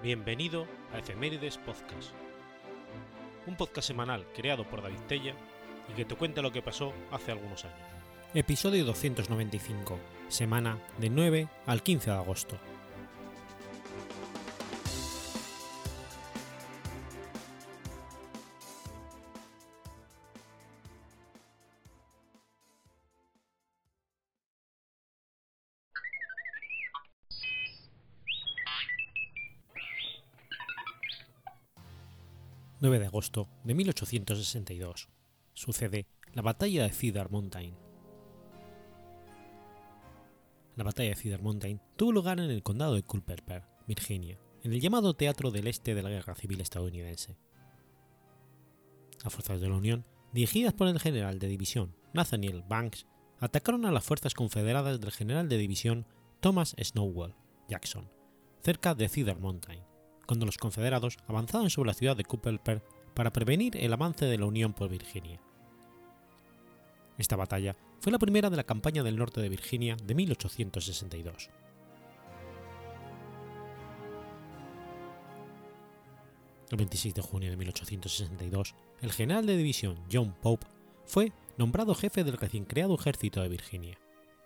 Bienvenido a Efemérides Podcast, un podcast semanal creado por David Tella y que te cuenta lo que pasó hace algunos años. Episodio 295, semana del 9 al 15 de agosto. ...9 de agosto de 1862... sucede la batalla de Cedar Mountain. La batalla de Cedar Mountain tuvo lugar en el condado de Culpeper, Virginia, en el llamado Teatro del Este de la Guerra Civil estadounidense. Las fuerzas de la Unión, dirigidas por el general de división Nathaniel Banks, atacaron a las fuerzas confederadas del general de división Thomas Snowell Jackson, cerca de Cedar Mountain, cuando los confederados avanzaban sobre la ciudad de Culpeper para prevenir el avance de la Unión por Virginia. Esta batalla fue la primera de la campaña del norte de Virginia de 1862. El 26 de junio de 1862, el general de división John Pope fue nombrado jefe del recién creado ejército de Virginia.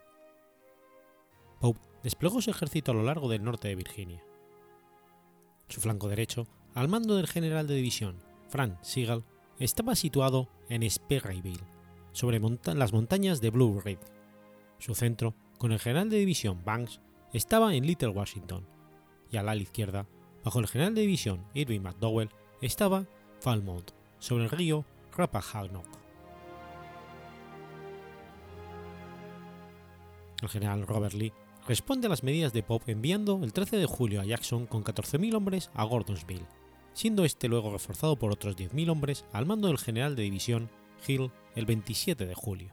Pope desplegó su ejército a lo largo del norte de Virginia. Su flanco derecho, al mando del general de división Frank Sigel, estaba situado en Sperryville, sobre las montañas de Blue Ridge. Su centro, con el general de división Banks, estaba en Little Washington, y al ala izquierda, bajo el general de división Irving McDowell, estaba Falmouth, sobre el río Rappahannock. El general Robert Lee responde a las medidas de Pope enviando el 13 de julio a Jackson con 14.000 hombres a Gordonsville, siendo este luego reforzado por otros 10.000 hombres al mando del general de división Hill el 27 de julio.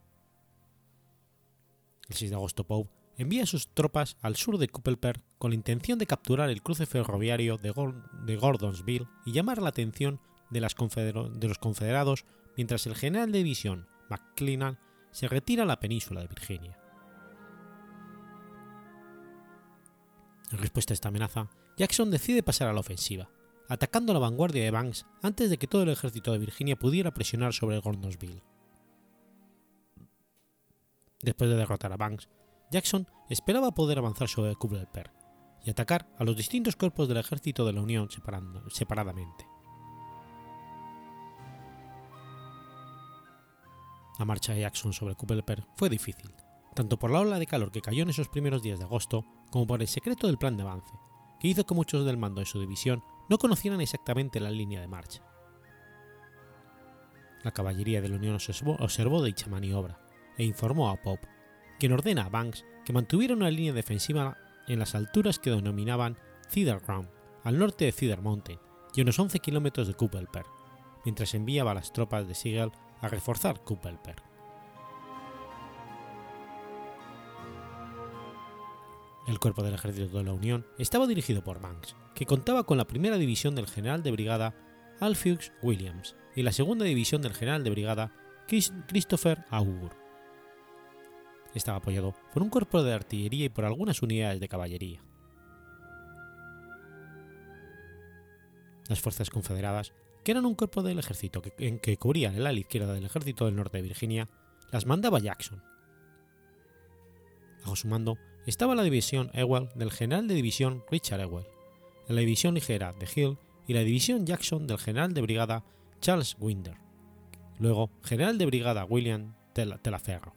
El 6 de agosto Pope envía sus tropas al sur de Culpeper con la intención de capturar el cruce ferroviario de Gordonsville y llamar la atención de los confederados mientras el general de división McClellan se retira a la península de Virginia. En respuesta a esta amenaza, Jackson decide pasar a la ofensiva, atacando la vanguardia de Banks antes de que todo el ejército de Virginia pudiera presionar sobre Gordonsville. Después de derrotar a Banks, Jackson esperaba poder avanzar sobre Culpeper y atacar a los distintos cuerpos del ejército de la Unión separadamente. La marcha de Jackson sobre Culpeper fue difícil, tanto por la ola de calor que cayó en esos primeros días de agosto como por el secreto del plan de avance, que hizo que muchos del mando de su división no conocieran exactamente la línea de marcha. La caballería de la Unión observó dicha maniobra e informó a Pope, quien ordena a Banks que mantuviera una línea defensiva en las alturas que denominaban Cedar Ground, al norte de Cedar Mountain y a unos 11 kilómetros de Culpeper, mientras enviaba a las tropas de Sigel a reforzar Culpeper. El cuerpo del ejército de la Unión estaba dirigido por Banks, que contaba con la primera división del general de brigada Alpheus Williams y la segunda división del general de brigada Christopher Augur. Estaba apoyado por un cuerpo de artillería y por algunas unidades de caballería. Las fuerzas confederadas, que eran un cuerpo del ejército que cubría el ala izquierda del ejército del norte de Virginia, las mandaba Jackson. Bajo su mando estaba la división Ewell del general de división Richard Ewell, la división ligera de Hill y la división Jackson del general de brigada Charles Winder, luego general de brigada William Telaferro.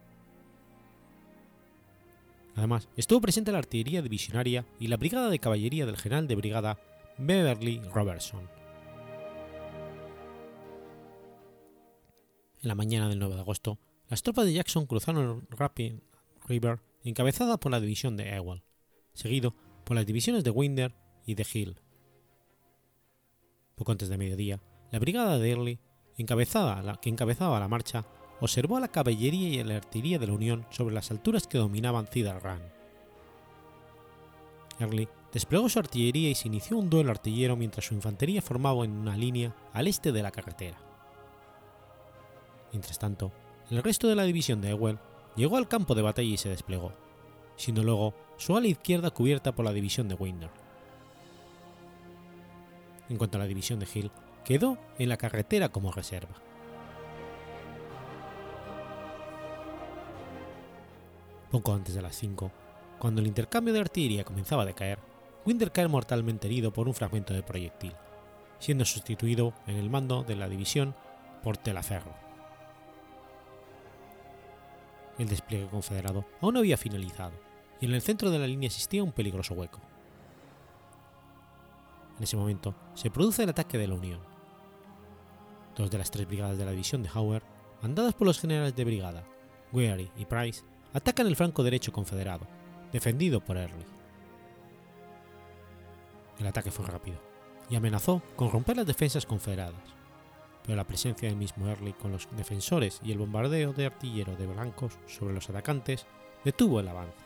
Además, estuvo presente la artillería divisionaria y la brigada de caballería del general de brigada Beverly Robertson. En la mañana del 9 de agosto, las tropas de Jackson cruzaron el Rapid River encabezada por la división de Ewell, seguido por las divisiones de Winder y de Hill. Poco antes de mediodía, la brigada de Early, que encabezaba la marcha, observó a la caballería y a la artillería de la Unión sobre las alturas que dominaban Cedar Run. Early desplegó su artillería y se inició un duelo artillero mientras su infantería formaba en una línea al este de la carretera. Mientras tanto, el resto de la división de Ewell llegó al campo de batalla y se desplegó, siendo luego su ala izquierda cubierta por la división de Winder. en cuanto a la división de Hill, quedó en la carretera como reserva. Poco antes de las 5, cuando el intercambio de artillería comenzaba a decaer, Winder cae mortalmente herido por un fragmento de proyectil, siendo sustituido en el mando de la división por Telaferro. El despliegue confederado aún no había finalizado, y en el centro de la línea existía un peligroso hueco. En ese momento se produce el ataque de la Unión. 2 de las 3 brigadas de la división de Howard, mandadas por los generales de brigada, Weary y Price, atacan el flanco derecho confederado, defendido por Early. El ataque fue rápido, y amenazó con romper las defensas confederadas, pero la presencia del mismo Early con los defensores y el bombardeo de artillero de blancos sobre los atacantes detuvo el avance.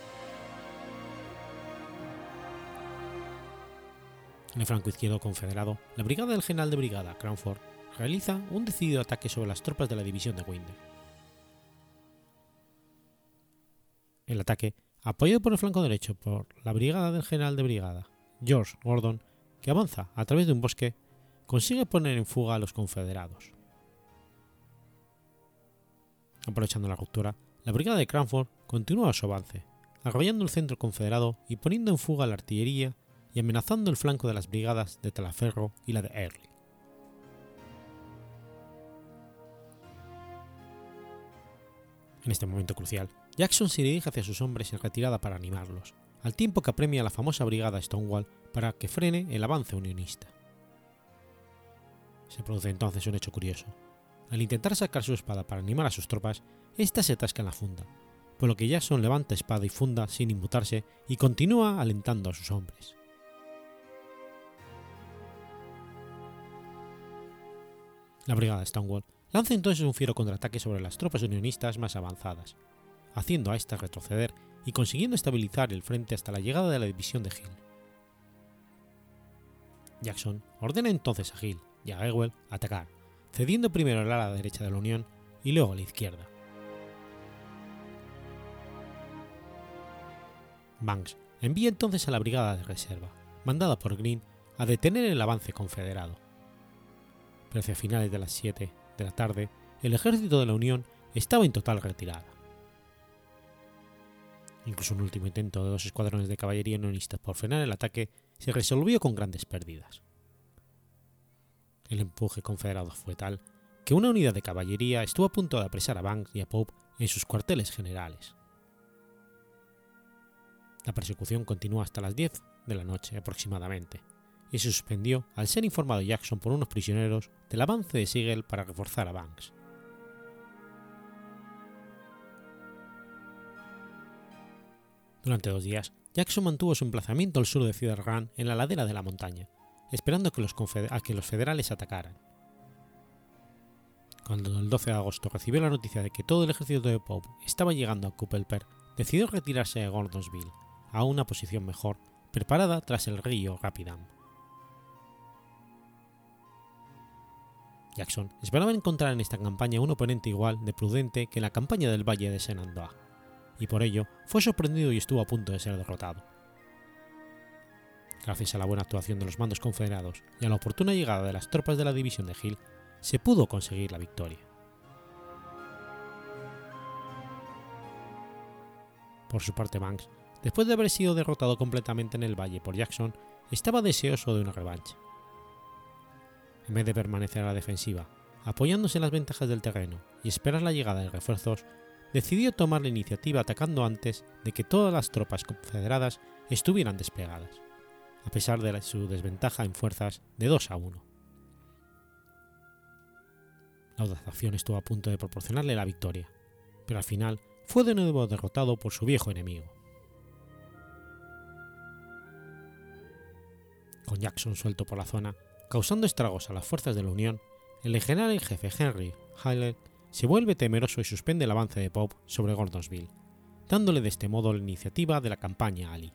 En el flanco izquierdo confederado, la brigada del general de brigada Cranford realiza un decidido ataque sobre las tropas de la división de Winder. El ataque, apoyado por el flanco derecho por la brigada del general de brigada George Gordon, que avanza a través de un bosque, consigue poner en fuga a los confederados. Aprovechando la ruptura, la brigada de Cranford continúa su avance, arrollando el centro confederado y poniendo en fuga la artillería y amenazando el flanco de las brigadas de Telaferro y la de Early. En este momento crucial, Jackson se dirige hacia sus hombres en retirada para animarlos, al tiempo que apremia a la famosa brigada Stonewall para que frene el avance unionista. Se produce entonces un hecho curioso. Al intentar sacar su espada para animar a sus tropas, ésta se atasca en la funda, por lo que Jackson levanta espada y funda sin inmutarse y continúa alentando a sus hombres. La brigada Stonewall lanza entonces un fiero contraataque sobre las tropas unionistas más avanzadas, haciendo a estas retroceder y consiguiendo estabilizar el frente hasta la llegada de la división de Hill. Jackson ordena entonces a Hill y a Ewell atacar, cediendo primero el ala derecha de la Unión y luego la izquierda. Banks envía entonces a la brigada de reserva, mandada por Greene, a detener el avance confederado. Pero hacia finales de las 7 de la tarde, el ejército de la Unión estaba en total retirada. Incluso un último intento de 2 escuadrones de caballería unionistas por frenar el ataque se resolvió con grandes pérdidas. El empuje confederado fue tal que una unidad de caballería estuvo a punto de apresar a Banks y a Pope en sus cuarteles generales. La persecución continuó hasta las 10 de la noche aproximadamente, y se suspendió al ser informado Jackson por unos prisioneros del avance de Sigel para reforzar a Banks. Durante 2 días, Jackson mantuvo su emplazamiento al sur de Cedar Run en la ladera de la montaña, esperando a que los federales atacaran. Cuando el 12 de agosto recibió la noticia de que todo el ejército de Pope estaba llegando a Culpeper, decidió retirarse a Gordonsville, a una posición mejor, preparada tras el río Rapidan. Jackson esperaba encontrar en esta campaña un oponente igual de prudente que en la campaña del Valle de Shenandoah, y por ello fue sorprendido y estuvo a punto de ser derrotado. Gracias a la buena actuación de los mandos confederados y a la oportuna llegada de las tropas de la división de Hill, se pudo conseguir la victoria. Por su parte, Banks, después de haber sido derrotado completamente en el valle por Jackson, estaba deseoso de una revancha. En vez de permanecer a la defensiva, apoyándose en las ventajas del terreno y esperar la llegada de refuerzos, decidió tomar la iniciativa atacando antes de que todas las tropas confederadas estuvieran desplegadas, a pesar de su desventaja en fuerzas de 2-1. La audaz acción estuvo a punto de proporcionarle la victoria, pero al final fue de nuevo derrotado por su viejo enemigo. Con Jackson suelto por la zona, causando estragos a las fuerzas de la Unión, el general en jefe Henry Hallett se vuelve temeroso y suspende el avance de Pope sobre Gordonsville, dándole de este modo la iniciativa de la campaña a Lee.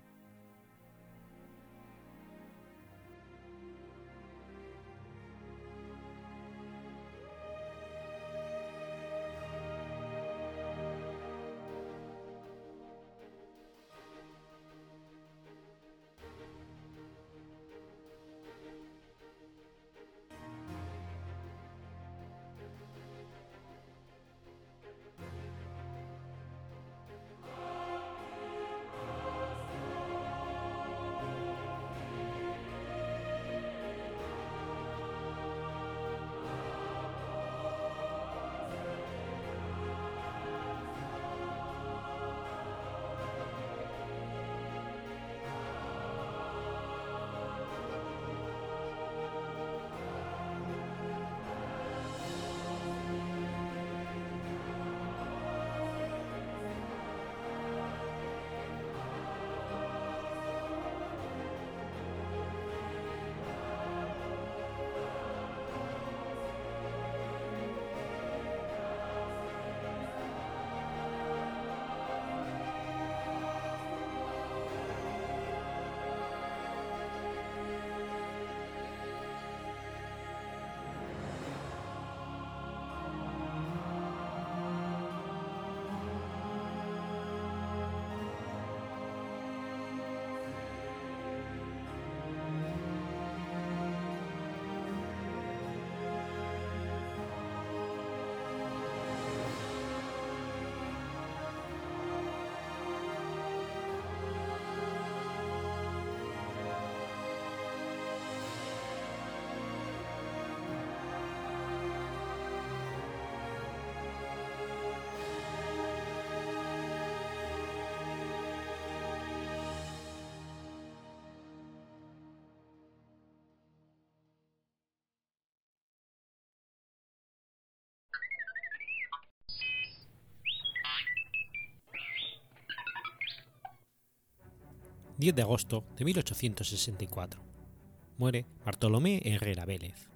10 de agosto de 1864. Muere Bartolomé Herrera Vélez.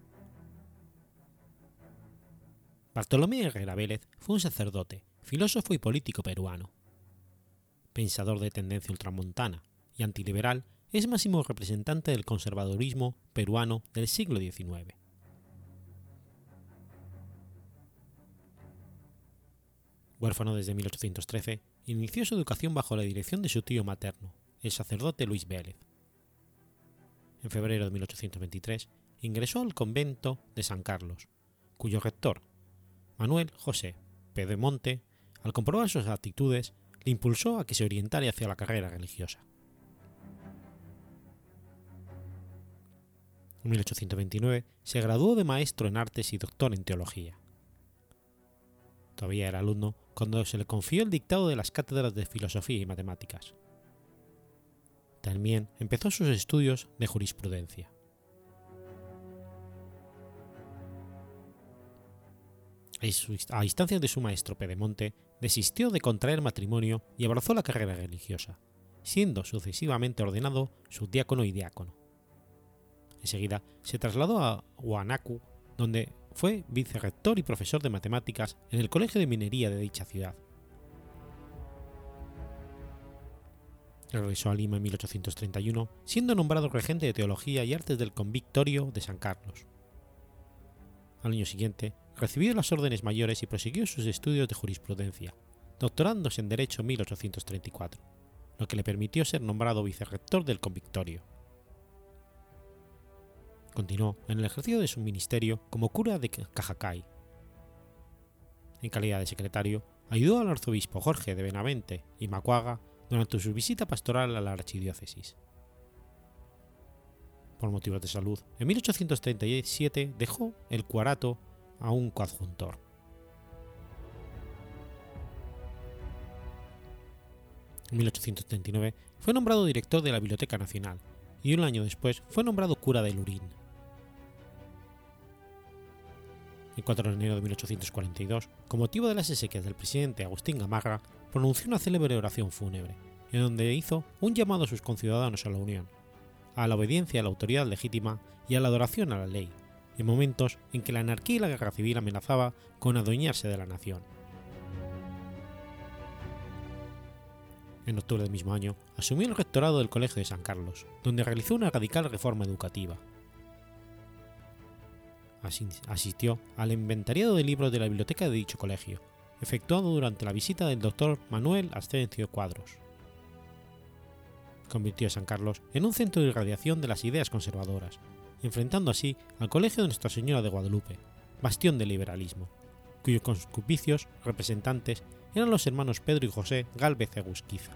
Bartolomé Herrera Vélez fue un sacerdote, filósofo y político peruano. Pensador de tendencia ultramontana y antiliberal, es máximo representante del conservadurismo peruano del siglo XIX. Huérfano desde 1813, inició su educación bajo la dirección de su tío materno, el sacerdote Luis Vélez. En febrero de 1823 ingresó al convento de San Carlos, cuyo rector, Manuel José Pedemonte, al comprobar sus actitudes, le impulsó a que se orientara hacia la carrera religiosa. En 1829 se graduó de maestro en artes y doctor en teología. Todavía era alumno cuando se le confió el dictado de las cátedras de filosofía y matemáticas. También empezó sus estudios de jurisprudencia. A instancias de su maestro Pedemonte, desistió de contraer matrimonio y abrazó la carrera religiosa, siendo sucesivamente ordenado subdiácono y diácono. Enseguida se trasladó a Huánuco, donde fue vicerrector y profesor de matemáticas en el Colegio de Minería de dicha ciudad. Regresó a Lima en 1831, siendo nombrado regente de Teología y Artes del Convictorio de San Carlos. Al año siguiente, recibió las órdenes mayores y prosiguió sus estudios de jurisprudencia, doctorándose en Derecho en 1834, lo que le permitió ser nombrado vicerrector del Convictorio. Continuó en el ejercicio de su ministerio como cura de Cajacay. En calidad de secretario, ayudó al arzobispo Jorge de Benavente y Macuaga durante su visita pastoral a la archidiócesis. Por motivos de salud, en 1837 dejó el curato a un coadjutor. En 1839 fue nombrado director de la Biblioteca Nacional y un año después fue nombrado cura de Lurín. El 4 de enero de 1842, con motivo de las exequias del presidente Agustín Gamarra, pronunció una célebre oración fúnebre, en donde hizo un llamado a sus conciudadanos a la unión, a la obediencia a la autoridad legítima y a la adoración a la ley, en momentos en que la anarquía y la guerra civil amenazaba con adueñarse de la nación. En octubre del mismo año, asumió el rectorado del Colegio de San Carlos, donde realizó una radical reforma educativa. Asistió al inventariado de libros de la biblioteca de dicho colegio, efectuado durante la visita del doctor Manuel Ascencio Cuadros. Convirtió a San Carlos en un centro de irradiación de las ideas conservadoras, enfrentando así al Colegio de Nuestra Señora de Guadalupe, bastión del liberalismo, cuyos concupiscios representantes eran los hermanos Pedro y José Gálvez Egusquiza.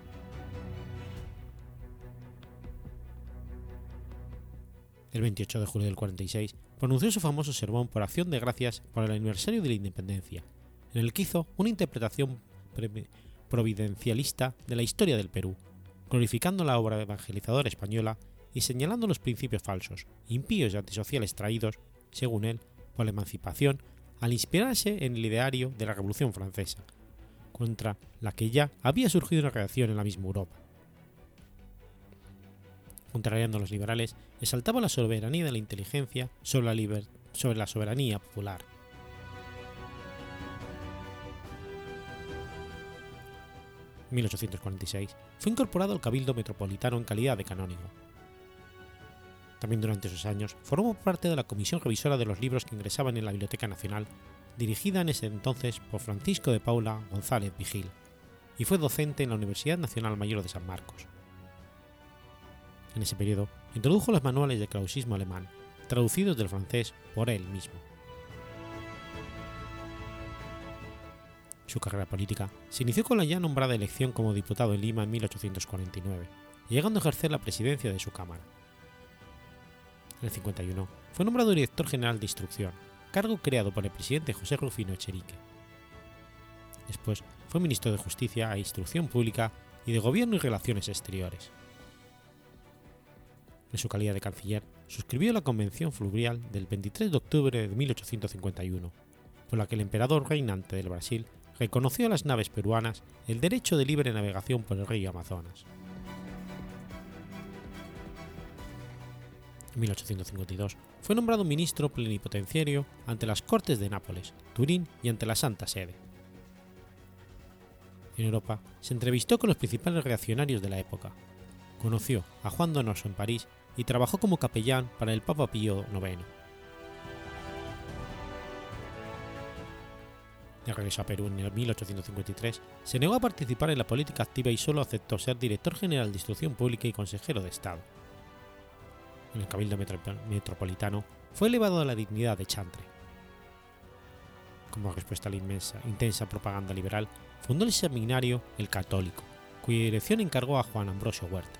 El 28 de julio del 46 pronunció su famoso sermón por acción de gracias por el aniversario de la independencia, en el que hizo una interpretación providencialista de la historia del Perú, glorificando la obra evangelizadora española y señalando los principios falsos, impíos y antisociales traídos, según él, por la emancipación al inspirarse en el ideario de la Revolución Francesa, contra la que ya había surgido una reacción en la misma Europa. Contrariando a los liberales, exaltaba la soberanía de la inteligencia sobre la soberanía popular. En 1846 fue incorporado al Cabildo Metropolitano en calidad de canónigo. También durante esos años formó parte de la Comisión Revisora de los libros que ingresaban en la Biblioteca Nacional, dirigida en ese entonces por Francisco de Paula González Vigil, y fue docente en la Universidad Nacional Mayor de San Marcos. En ese periodo introdujo los manuales de clausismo alemán, traducidos del francés por él mismo. Su carrera política se inició con la ya nombrada elección como diputado en Lima en 1849, llegando a ejercer la presidencia de su Cámara. En el 51 fue nombrado director general de Instrucción, cargo creado por el presidente José Rufino Echenique. Después fue ministro de Justicia e Instrucción Pública y de Gobierno y Relaciones Exteriores. En su calidad de canciller, suscribió la Convención Fluvial del 23 de octubre de 1851, con la que el emperador reinante del Brasil reconoció a las naves peruanas el derecho de libre navegación por el río Amazonas. En 1852 fue nombrado ministro plenipotenciario ante las Cortes de Nápoles, Turín y ante la Santa Sede. En Europa se entrevistó con los principales reaccionarios de la época, conoció a Juan Donoso en París y trabajó como capellán para el Papa Pío IX. De regreso a Perú en 1853, se negó a participar en la política activa y solo aceptó ser director general de Instrucción Pública y consejero de Estado. En el Cabildo Metropolitano fue elevado a la dignidad de chantre. Como respuesta a la intensa propaganda liberal, fundó el seminario El Católico, cuya dirección encargó a Juan Ambrosio Huerta.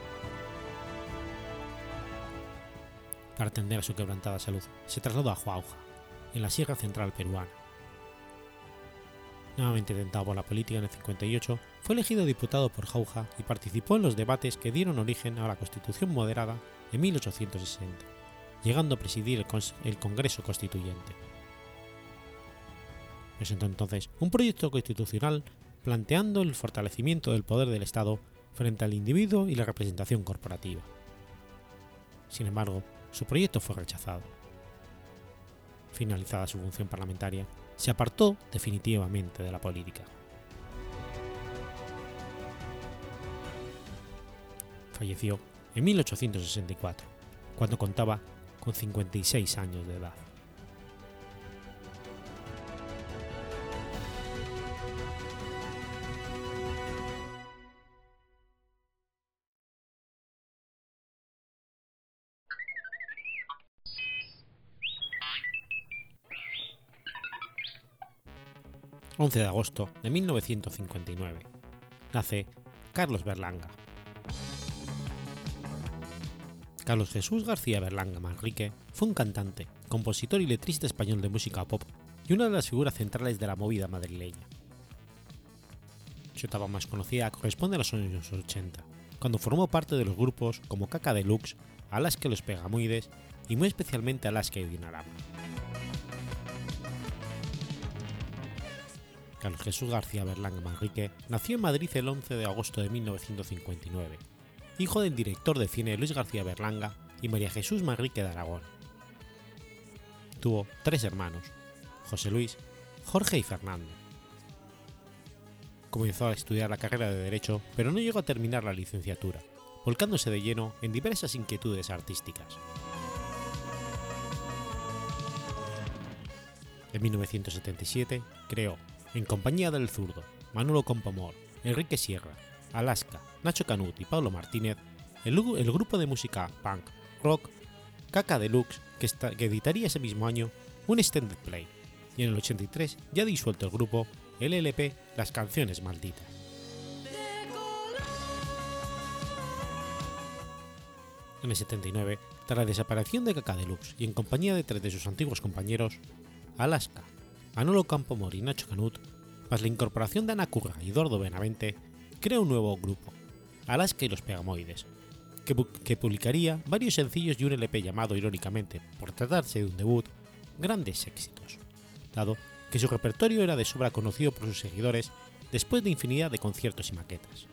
Para atender a su quebrantada salud, se trasladó a Jauja, en la Sierra Central peruana. Nuevamente tentado por la política en el 58, fue elegido diputado por Jauja y participó en los debates que dieron origen a la Constitución moderada en 1860, llegando a presidir el Congreso Constituyente. Presentó entonces un proyecto constitucional planteando el fortalecimiento del poder del Estado frente al individuo y la representación corporativa. Sin embargo, su proyecto fue rechazado. Finalizada su función parlamentaria, se apartó definitivamente de la política. Falleció en 1864, cuando contaba con 56 años de edad. ...11 de agosto de 1959... nace Carlos Berlanga. Carlos Jesús García Berlanga Manrique fue un cantante, compositor y letrista español de música pop y una de las figuras centrales de la movida madrileña. Su etapa más conocida corresponde a los años 80, cuando formó parte de los grupos como Kaka Deluxe, Alaska y los Pegamoides y muy especialmente Alaska y Dinarama. Carlos Jesús García Berlanga Manrique nació en Madrid el 11 de agosto de 1959, hijo del director de cine Luis García Berlanga y María Jesús Manrique de Aragón. Tuvo 3 hermanos, José Luis, Jorge y Fernando. Comenzó a estudiar la carrera de Derecho, pero no llegó a terminar la licenciatura, volcándose de lleno en diversas inquietudes artísticas. En 1977 creó, en compañía del zurdo, Manolo Compomor, Enrique Sierra, Alaska, Nacho Canut y Pablo Martínez, el grupo de música punk rock Kaka Deluxe, que editaría ese mismo año un extended play, y en el 83, ya disuelto el grupo, el LP Las Canciones Malditas. En el 79, tras la desaparición de Kaka Deluxe y en compañía de 3 de sus antiguos compañeros, Alaska, Manolo Compomor y Nacho Canut, más la incorporación de Ana Curra y Eduardo Benavente, crea un nuevo grupo, Alaska y los Pegamoides, que publicaría varios sencillos y un LP llamado, irónicamente, por tratarse de un debut, Grandes Éxitos, dado que su repertorio era de sobra conocido por sus seguidores después de infinidad de conciertos y maquetas.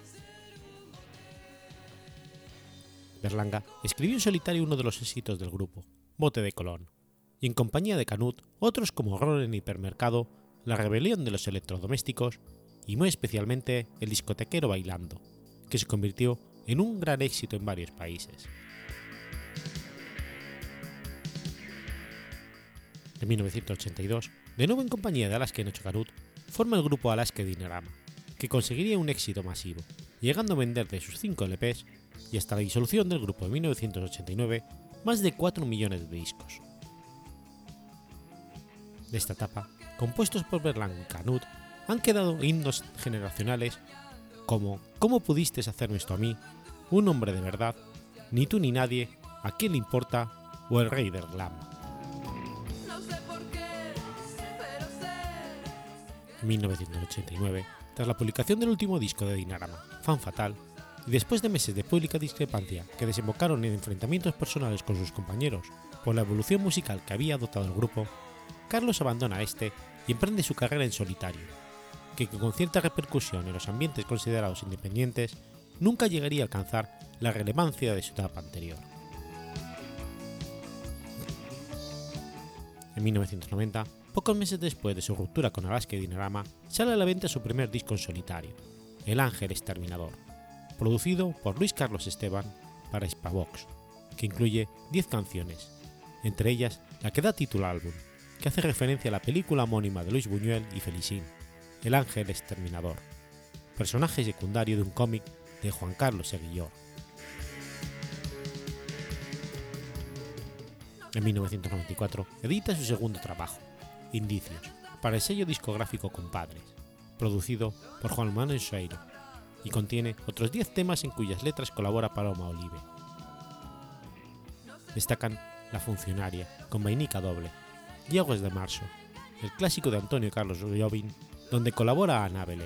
Berlanga escribió en solitario uno de los éxitos del grupo, Bote de Colón, y en compañía de Canut otros como Horror en Hipermercado, La Rebelión de los Electrodomésticos y muy especialmente El Discotequero Bailando, que se convirtió en un gran éxito en varios países. En 1982, de nuevo en compañía de Alaska y Nacho Canut, forma el grupo Alaska y Dinarama, que conseguiría un éxito masivo, llegando a vender de sus 5 LPs y hasta la disolución del grupo en 1989 más de 4 millones de discos. De esta etapa, compuestos por Berlanga y Canut, han quedado himnos generacionales como ¿Cómo pudiste hacerme esto a mí?, Un hombre de verdad, Ni tú ni nadie, ¿A quién le importa?, o El rey del glam. En 1989, tras la publicación del último disco de Dinarama, Fan Fatal, y después de meses de pública discrepancia que desembocaron en enfrentamientos personales con sus compañeros por la evolución musical que había adoptado el grupo, Carlos abandona y emprende su carrera en solitario, que con cierta repercusión en los ambientes considerados independientes nunca llegaría a alcanzar la relevancia de su etapa anterior. En 1990, pocos meses después de su ruptura con Alaska y Dinarama, sale a la venta su primer disco en solitario, El Ángel Exterminador, producido por Luis Carlos Esteban para Spavox, que incluye 10 canciones, entre ellas la que da título al álbum, que hace referencia a la película homónima de Luis Buñuel y Felicín, El Ángel Exterminador, personaje secundario de un cómic de Juan Carlos Seguillor. En 1994 edita su segundo trabajo, Indicios, para el sello discográfico Compadres, producido por Juan Manuel Soeiro, y contiene otros 10 temas en cuyas letras colabora Paloma Olive. Destacan La Funcionaria, con vainica doble, Diegos de Marzo, el clásico de Antonio Carlos Jobim, donde colabora Ana Belén.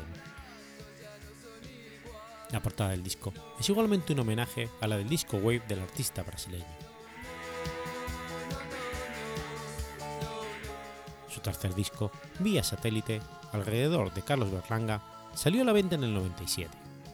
La portada del disco es igualmente un homenaje a la del disco Wave del artista brasileño. Su tercer disco, Vía Satélite, alrededor de Carlos Berlanga, salió a la venta en el 97.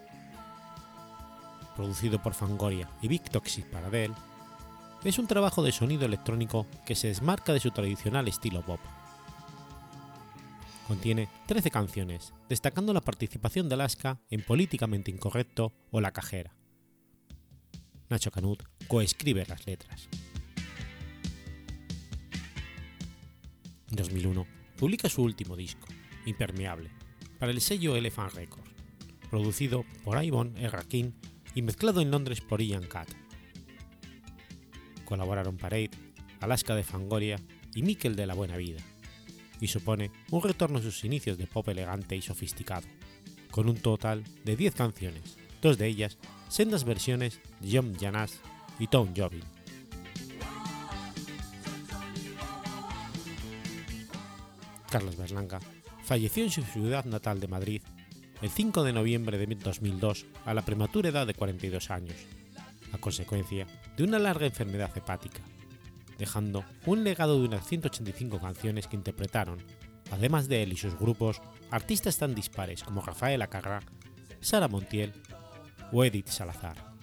Producido por Fangoria y Big Toxic para Dell, es un trabajo de sonido electrónico que se desmarca de su tradicional estilo pop. Contiene 13 canciones, destacando la participación de Alaska en Políticamente Incorrecto o La Cajera. Nacho Canut coescribe las letras. En 2001 publica su último disco, Impermeable, para el sello Elephant Records, producido por Yvonne R. King y mezclado en Londres por Ian Cat. Colaboraron Parade, Alaska de Fangoria y Mikel de la Buena Vida, y supone un retorno a sus inicios de pop elegante y sofisticado, con un total de 10 canciones, 2 de ellas sendas versiones de John Janas y Tom Jobim. Carlos Berlanga falleció en su ciudad natal de Madrid el 5 de noviembre de 2002 a la prematura edad de 42 años, a consecuencia de una larga enfermedad hepática, dejando un legado de unas 185 canciones que interpretaron, además de él y sus grupos, artistas tan dispares como Rafael Acarrá, Sara Montiel o Edith Salazar.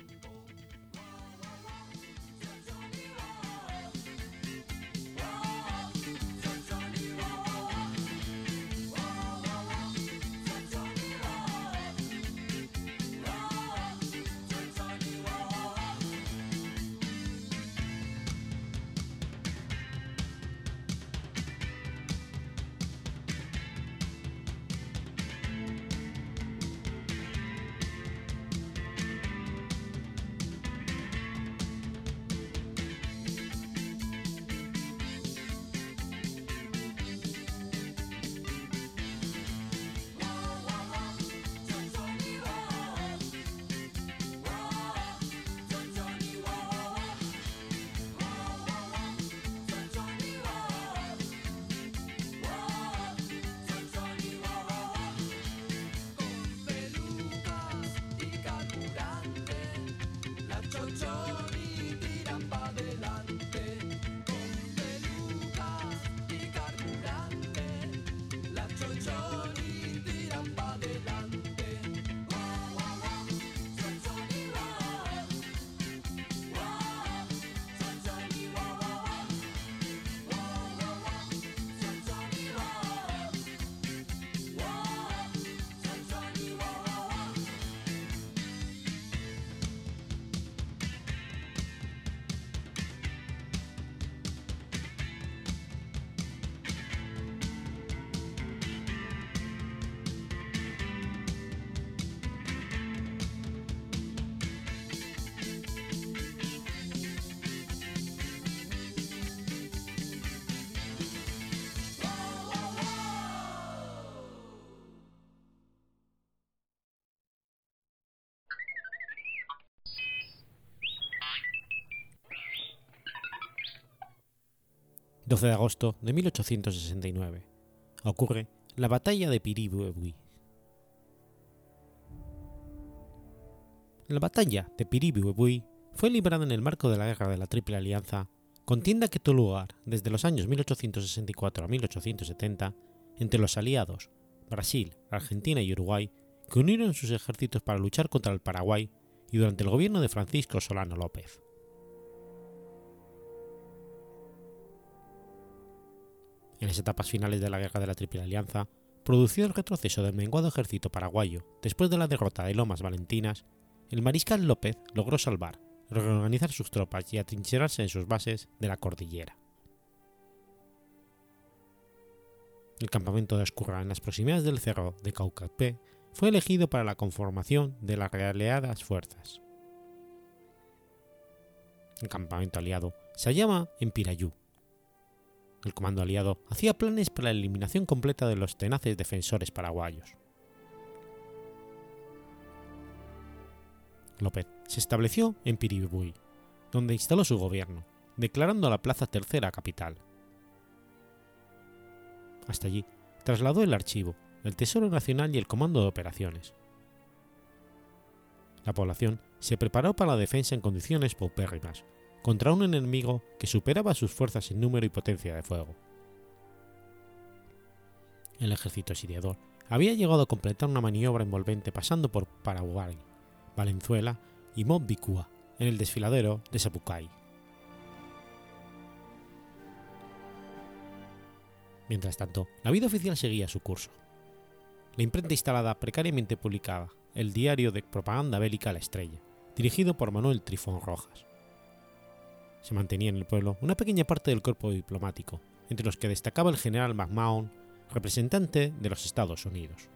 El 12 de agosto de 1869 ocurre la batalla de Piribubuy. La batalla de Piribubuy fue librada en el marco de la Guerra de la Triple Alianza, contienda que tuvo lugar desde los años 1864 a 1870 entre los aliados, Brasil, Argentina y Uruguay, que unieron sus ejércitos para luchar contra el Paraguay y durante el gobierno de Francisco Solano López. En las etapas finales de la Guerra de la Triple Alianza, producido el retroceso del menguado ejército paraguayo después de la derrota de Lomas Valentinas, el mariscal López logró salvar, reorganizar sus tropas y atrincherarse en sus bases de la cordillera. El campamento de Ascurra en las proximidades del cerro de Caucapé fue elegido para la conformación de las realeadas fuerzas. El campamento aliado se hallaba en Pirayú. El comando aliado hacía planes para la eliminación completa de los tenaces defensores paraguayos. López se estableció en Piribebuy, donde instaló su gobierno, declarando la plaza tercera capital. Hasta allí trasladó el archivo, el Tesoro Nacional y el comando de operaciones. La población se preparó para la defensa en condiciones paupérrimas, contra un enemigo que superaba sus fuerzas en número y potencia de fuego. El ejército asediador había llegado a completar una maniobra envolvente pasando por Paraguay, Valenzuela y Mombicúa en el desfiladero de Sapucay. Mientras tanto, la vida oficial seguía su curso. La imprenta instalada precariamente publicaba el diario de propaganda bélica La Estrella, dirigido por Manuel Trifón Rojas. Se mantenía en el pueblo una pequeña parte del cuerpo diplomático, entre los que destacaba el general McMahon, representante de los Estados Unidos.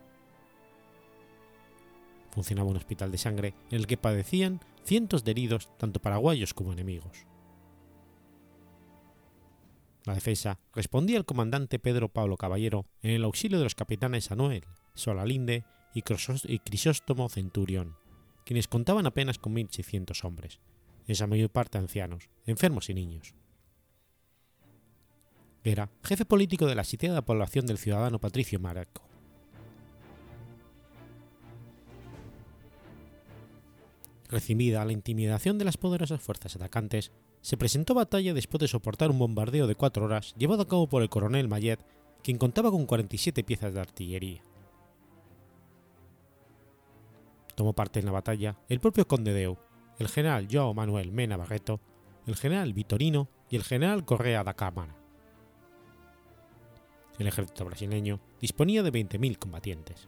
Funcionaba un hospital de sangre en el que padecían cientos de heridos, tanto paraguayos como enemigos. La defensa respondía al comandante Pedro Pablo Caballero en el auxilio de los capitanes Anuel, Solalinde y Crisóstomo Centurión, quienes contaban apenas con 1.600 hombres, en su mayor parte ancianos, enfermos y niños. Era jefe político de la sitiada población del ciudadano Patricio Maraco. Recibida la intimidación de las poderosas fuerzas atacantes, se presentó batalla después de soportar un bombardeo de 4 horas llevado a cabo por el coronel Mayet, quien contaba con 47 piezas de artillería. Tomó parte en la batalla el propio conde Deu, el general João Manuel Mena Barreto, el general Vitorino y el general Correa da Câmara. El ejército brasileño disponía de 20.000 combatientes.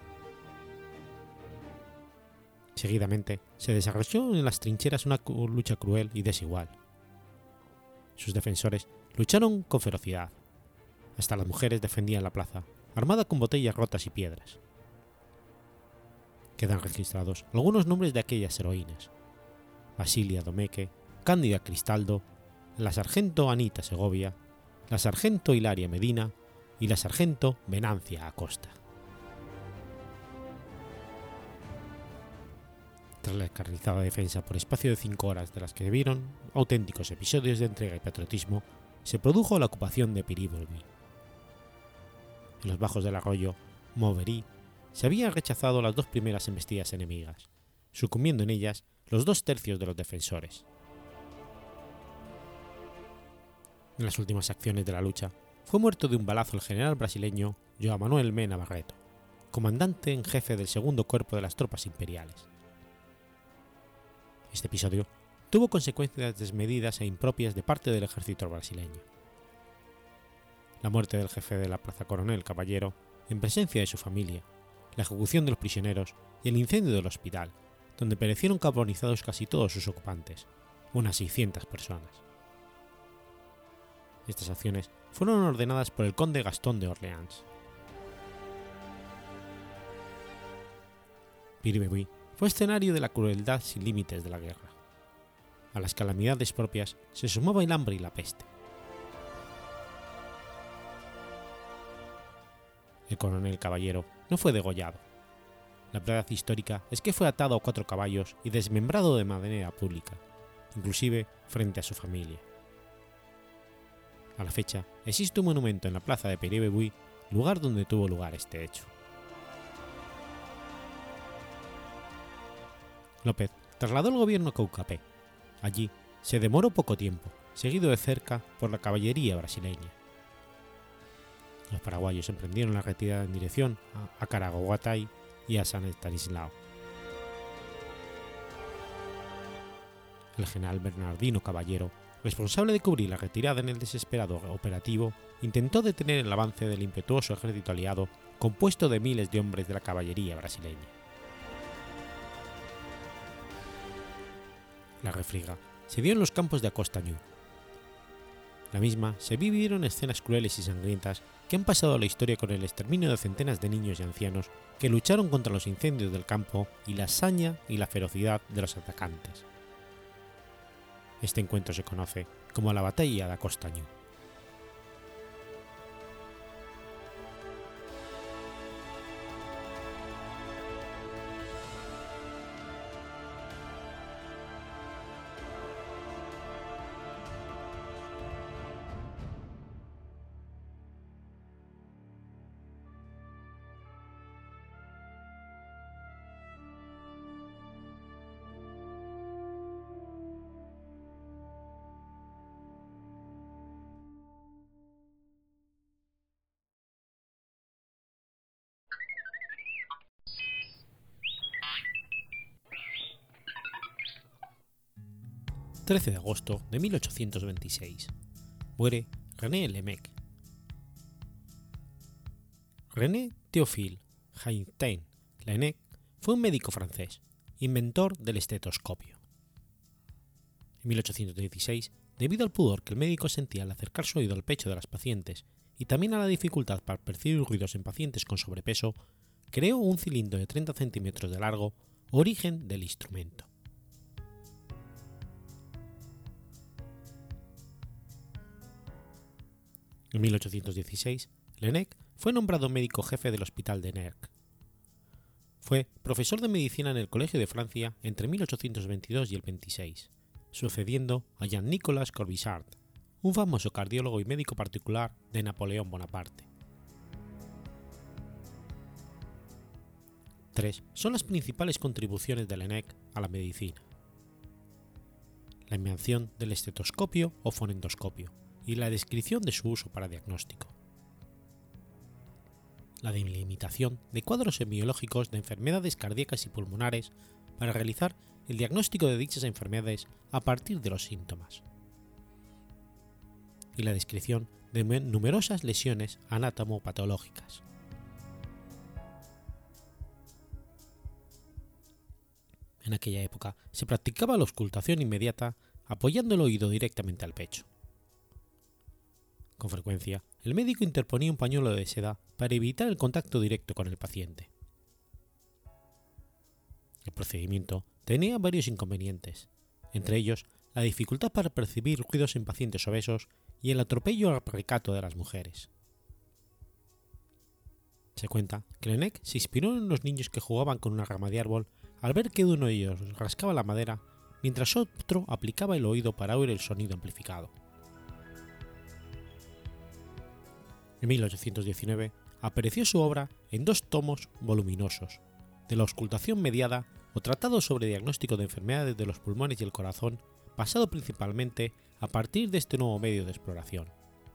Seguidamente se desarrolló en las trincheras una lucha cruel y desigual. Sus defensores lucharon con ferocidad. Hasta las mujeres defendían la plaza, armada con botellas rotas y piedras. Quedan registrados algunos nombres de aquellas heroínas: Basilia Domeque, Cándida Cristaldo, la sargento Anita Segovia, la sargento Hilaria Medina y la sargento Venancia Acosta. Tras la encarnizada defensa por espacio de 5 horas, de las que vieron auténticos episodios de entrega y patriotismo, se produjo la ocupación de Piribebuy. En los bajos del arroyo Moverí se habían rechazado las 2 primeras embestidas enemigas, sucumbiendo en ellas los 2/3 de los defensores. En las últimas acciones de la lucha, fue muerto de un balazo el general brasileño João Manuel Mena Barreto, comandante en jefe del segundo cuerpo de las tropas imperiales. Este episodio tuvo consecuencias desmedidas e impropias de parte del ejército brasileño. La muerte del jefe de la plaza Coronel Caballero, en presencia de su familia, la ejecución de los prisioneros y el incendio del hospital, donde perecieron carbonizados casi todos sus ocupantes, unas 600 personas. Estas acciones fueron ordenadas por el conde Gastón de Orleans. Piribebuy fue escenario de la crueldad sin límites de la guerra. A las calamidades propias se sumaba el hambre y la peste. El coronel Caballero no fue degollado. La verdad histórica es que fue atado a 4 caballos y desmembrado de manera pública, inclusive frente a su familia. A la fecha, existe un monumento en la plaza de Piribebuy, lugar donde tuvo lugar este hecho. López trasladó el gobierno a Caucapé. Allí se demoró poco tiempo, seguido de cerca por la caballería brasileña. Los paraguayos emprendieron la retirada en dirección a Caraguatay y a San Estanislao. El general Bernardino Caballero, responsable de cubrir la retirada en el desesperado operativo, intentó detener el avance del impetuoso ejército aliado compuesto de miles de hombres de la caballería brasileña. La refriega se dio en los campos de Acostañú. La misma se vivieron escenas crueles y sangrientas que han pasado a la historia con el exterminio de centenas de niños y ancianos que lucharon contra los incendios del campo y la saña y la ferocidad de los atacantes. Este encuentro se conoce como la Batalla de Acostañú. ...13 de agosto de 1826... muere René Lemaitre. René Théophile Haïntin Laennec fue un médico francés, inventor del estetoscopio. En 1816, debido al pudor que el médico sentía al acercar su oído al pecho de las pacientes y también a la dificultad para percibir ruidos en pacientes con sobrepeso, creó un cilindro de 30 centímetros de largo, origen del instrumento. En 1816, Laennec fue nombrado médico jefe del Hospital de Nerck. Fue profesor de medicina en el Colegio de Francia entre 1822 y el 26, sucediendo a Jean-Nicolas Corvisart, un famoso cardiólogo y médico particular de Napoleón Bonaparte. 3 son las principales contribuciones de Laennec a la medicina: la invención del estetoscopio o fonendoscopio y la descripción de su uso para diagnóstico, la delimitación de cuadros semiológicos de enfermedades cardíacas y pulmonares para realizar el diagnóstico de dichas enfermedades a partir de los síntomas, y la descripción de numerosas lesiones anatomopatológicas. En aquella época se practicaba la auscultación inmediata apoyando el oído directamente al pecho. Con frecuencia, el médico interponía un pañuelo de seda para evitar el contacto directo con el paciente. El procedimiento tenía varios inconvenientes, entre ellos la dificultad para percibir ruidos en pacientes obesos y el atropello al recato de las mujeres. Se cuenta que Laennec se inspiró en los niños que jugaban con una rama de árbol al ver que uno de ellos rascaba la madera mientras otro aplicaba el oído para oír el sonido amplificado. En 1819 apareció su obra en 2 tomos voluminosos, de la auscultación mediada o tratado sobre diagnóstico de enfermedades de los pulmones y el corazón, basado principalmente a partir de este nuevo medio de exploración.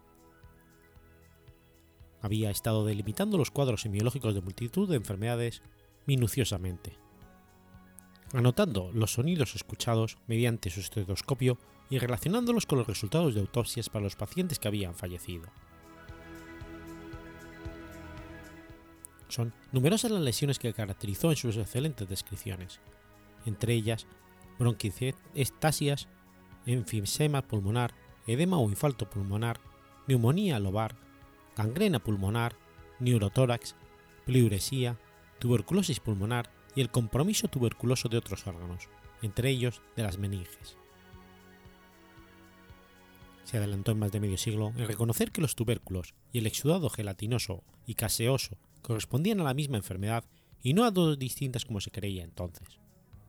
Había estado delimitando los cuadros semiológicos de multitud de enfermedades minuciosamente, anotando los sonidos escuchados mediante su estetoscopio y relacionándolos con los resultados de autopsias para los pacientes que habían fallecido. Son numerosas las lesiones que caracterizó en sus excelentes descripciones, entre ellas bronquiectasias, enfisema pulmonar, edema o infarto pulmonar, neumonía lobar, gangrena pulmonar, neurotórax, pleuresía, tuberculosis pulmonar y el compromiso tuberculoso de otros órganos, entre ellos de las meninges. Se adelantó en más de medio siglo en reconocer que los tubérculos y el exudado gelatinoso y caseoso correspondían a la misma enfermedad y no a 2 distintas como se creía entonces.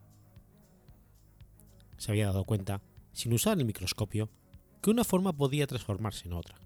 Se había dado cuenta, sin usar el microscopio, que una forma podía transformarse en otra.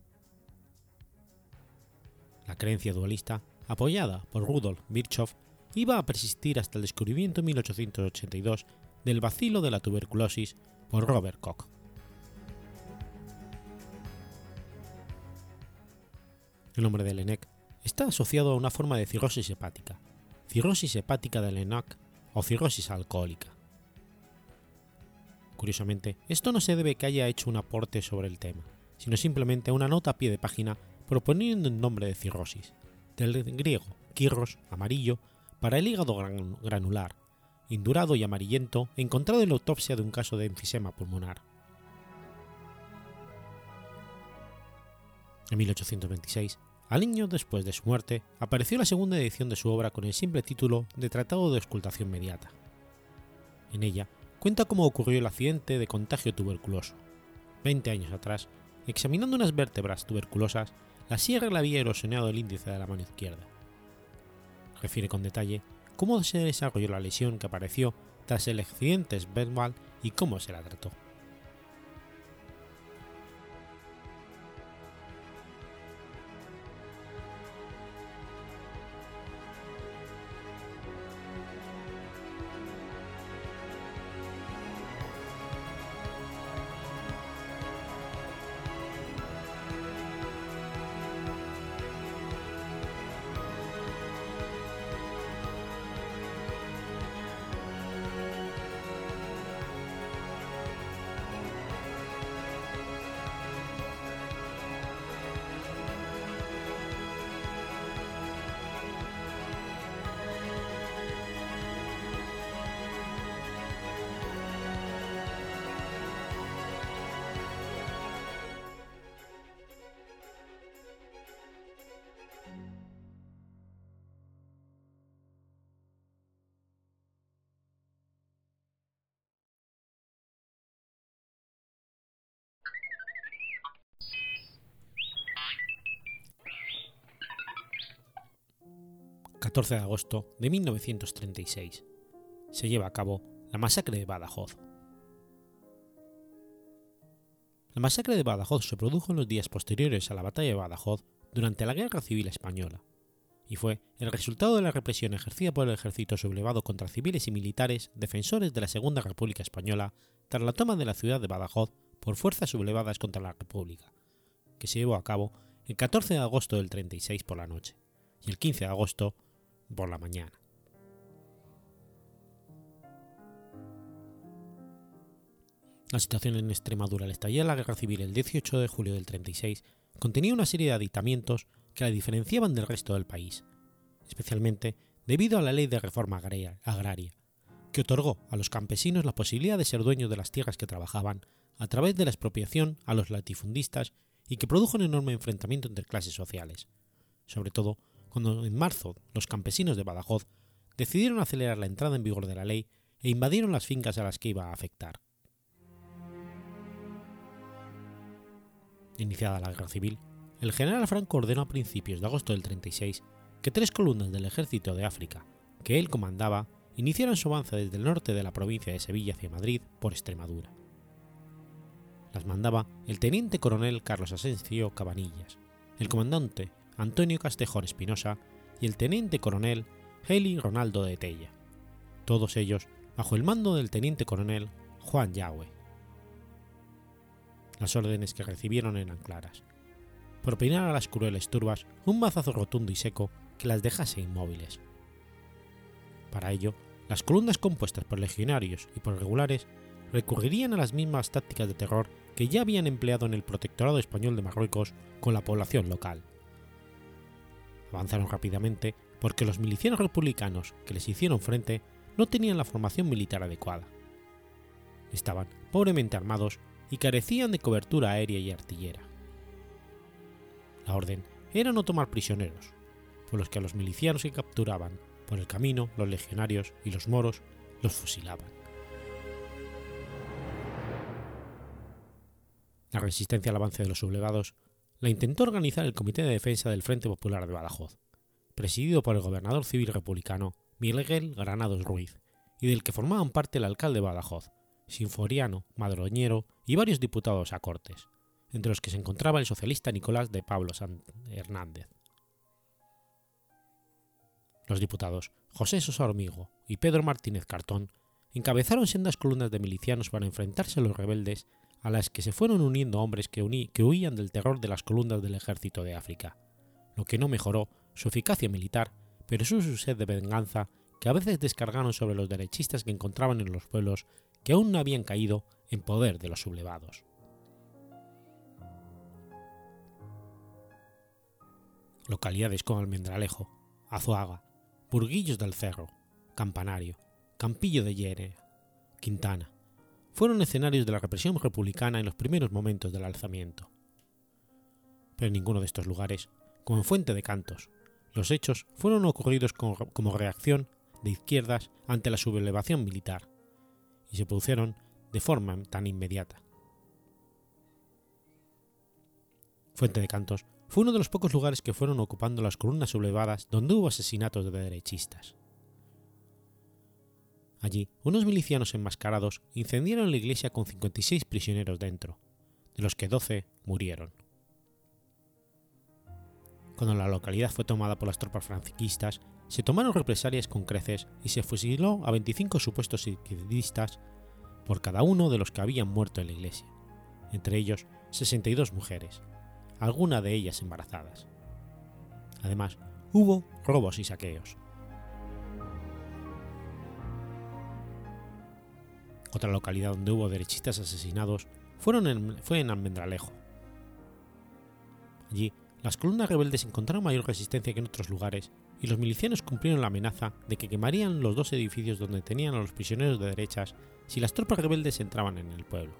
La creencia dualista, apoyada por Rudolf Virchow, iba a persistir hasta el descubrimiento en 1882 del bacilo de la tuberculosis por Robert Koch. El nombre de Laennec está asociado a una forma de cirrosis hepática de Laennec o cirrosis alcohólica. Curiosamente, esto no se debe que haya hecho un aporte sobre el tema, sino simplemente una nota a pie de página proponiendo el nombre de cirrosis, del griego kirros, amarillo, para el hígado granular, indurado y amarillento encontrado en la autopsia de un caso de enfisema pulmonar. En 1826, al año después de su muerte, apareció la segunda edición de su obra con el simple título de Tratado de auscultación mediata. En ella cuenta cómo ocurrió el accidente de contagio tuberculoso. 20 años atrás, examinando unas vértebras tuberculosas, la sierra le había erosionado el índice de la mano izquierda. Refiere con detalle cómo se desarrolló la lesión que apareció tras el accidente verbal y cómo se la trató. El 14 de agosto de 1936 se lleva a cabo la masacre de Badajoz. La masacre de Badajoz se produjo en los días posteriores a la batalla de Badajoz durante la Guerra Civil Española, y fue el resultado de la represión ejercida por el ejército sublevado contra civiles y militares defensores de la Segunda República Española tras la toma de la ciudad de Badajoz por fuerzas sublevadas contra la República, que se llevó a cabo el 14 de agosto del 36 por la noche y el 15 de agosto por la mañana. La situación en Extremadura al estallar la Guerra Civil el 18 de julio del 36 contenía una serie de aditamientos que la diferenciaban del resto del país, especialmente debido a la Ley de Reforma Agraria, que otorgó a los campesinos la posibilidad de ser dueños de las tierras que trabajaban a través de la expropiación a los latifundistas y que produjo un enorme enfrentamiento entre clases sociales, sobre todo cuando en marzo los campesinos de Badajoz decidieron acelerar la entrada en vigor de la ley e invadieron las fincas a las que iba a afectar. Iniciada la Guerra Civil, el general Franco ordenó a principios de agosto del 36 que 3 columnas del ejército de África, que él comandaba, iniciaran su avance desde el norte de la provincia de Sevilla hacia Madrid por Extremadura. Las mandaba el teniente coronel Carlos Asensio Cabanillas, el comandante Antonio Castejón Espinosa y el teniente coronel Heli Ronaldo de Tella, todos ellos bajo el mando del teniente coronel Juan Yagüe. Las órdenes que recibieron eran claras: propinar a las crueles turbas un mazazo rotundo y seco que las dejase inmóviles. Para ello, las columnas compuestas por legionarios y por regulares recurrirían a las mismas tácticas de terror que ya habían empleado en el Protectorado Español de Marruecos con la población local. Avanzaron rápidamente porque los milicianos republicanos que les hicieron frente no tenían la formación militar adecuada. Estaban pobremente armados y carecían de cobertura aérea y artillera. La orden era no tomar prisioneros, por los que a los milicianos que capturaban por el camino los legionarios y los moros los fusilaban. La resistencia al avance de los sublevados la intentó organizar el Comité de Defensa del Frente Popular de Badajoz, presidido por el gobernador civil republicano Miguel Granados Ruiz, y del que formaban parte el alcalde de Badajoz, Sinforiano Madroñero y varios diputados a Cortes, entre los que se encontraba el socialista Nicolás de Pablo Hernández. Los diputados José Sosa Hormigo y Pedro Martínez Cartón encabezaron sendas columnas de milicianos para enfrentarse a los rebeldes, a las que se fueron uniendo hombres que huían del terror de las columnas del ejército de África, lo que no mejoró su eficacia militar, pero su sed de venganza que a veces descargaron sobre los derechistas que encontraban en los pueblos que aún no habían caído en poder de los sublevados. Localidades como Almendralejo, Azuaga, Burguillos del Cerro, Campanario, Campillo de Llerea, Quintana, fueron escenarios de la represión republicana en los primeros momentos del alzamiento. Pero en ninguno de estos lugares, como en Fuente de Cantos, los hechos fueron ocurridos como reacción de izquierdas ante la sublevación militar, y se produjeron de forma tan inmediata. Fuente de Cantos fue uno de los pocos lugares que fueron ocupando las columnas sublevadas donde hubo asesinatos de derechistas. Allí, unos milicianos enmascarados incendiaron la iglesia con 56 prisioneros dentro, de los que 12 murieron. Cuando la localidad fue tomada por las tropas franquistas, se tomaron represalias con creces y se fusiló a 25 supuestos izquierdistas por cada uno de los que habían muerto en la iglesia, entre ellos 62 mujeres, algunas de ellas embarazadas. Además, hubo robos y saqueos. Otra localidad donde hubo derechistas asesinados fue en Almendralejo. Allí, las columnas rebeldes encontraron mayor resistencia que en otros lugares y los milicianos cumplieron la amenaza de que quemarían los 2 edificios donde tenían a los prisioneros de derechas si las tropas rebeldes entraban en el pueblo.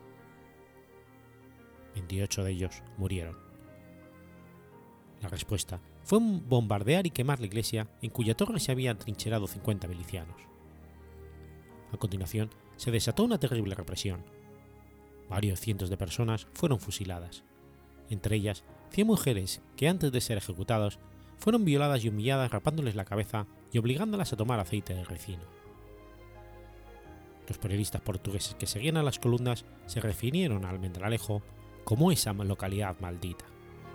28 de ellos murieron. La respuesta fue bombardear y quemar la iglesia en cuya torre se habían trincherado 50 milicianos. A continuación, se desató una terrible represión. Varios cientos de personas fueron fusiladas, entre ellas 100 mujeres que antes de ser ejecutadas fueron violadas y humilladas rapándoles la cabeza y obligándolas a tomar aceite de ricino. Los periodistas portugueses que seguían a las columnas se refirieron a Almendralejo como esa localidad maldita.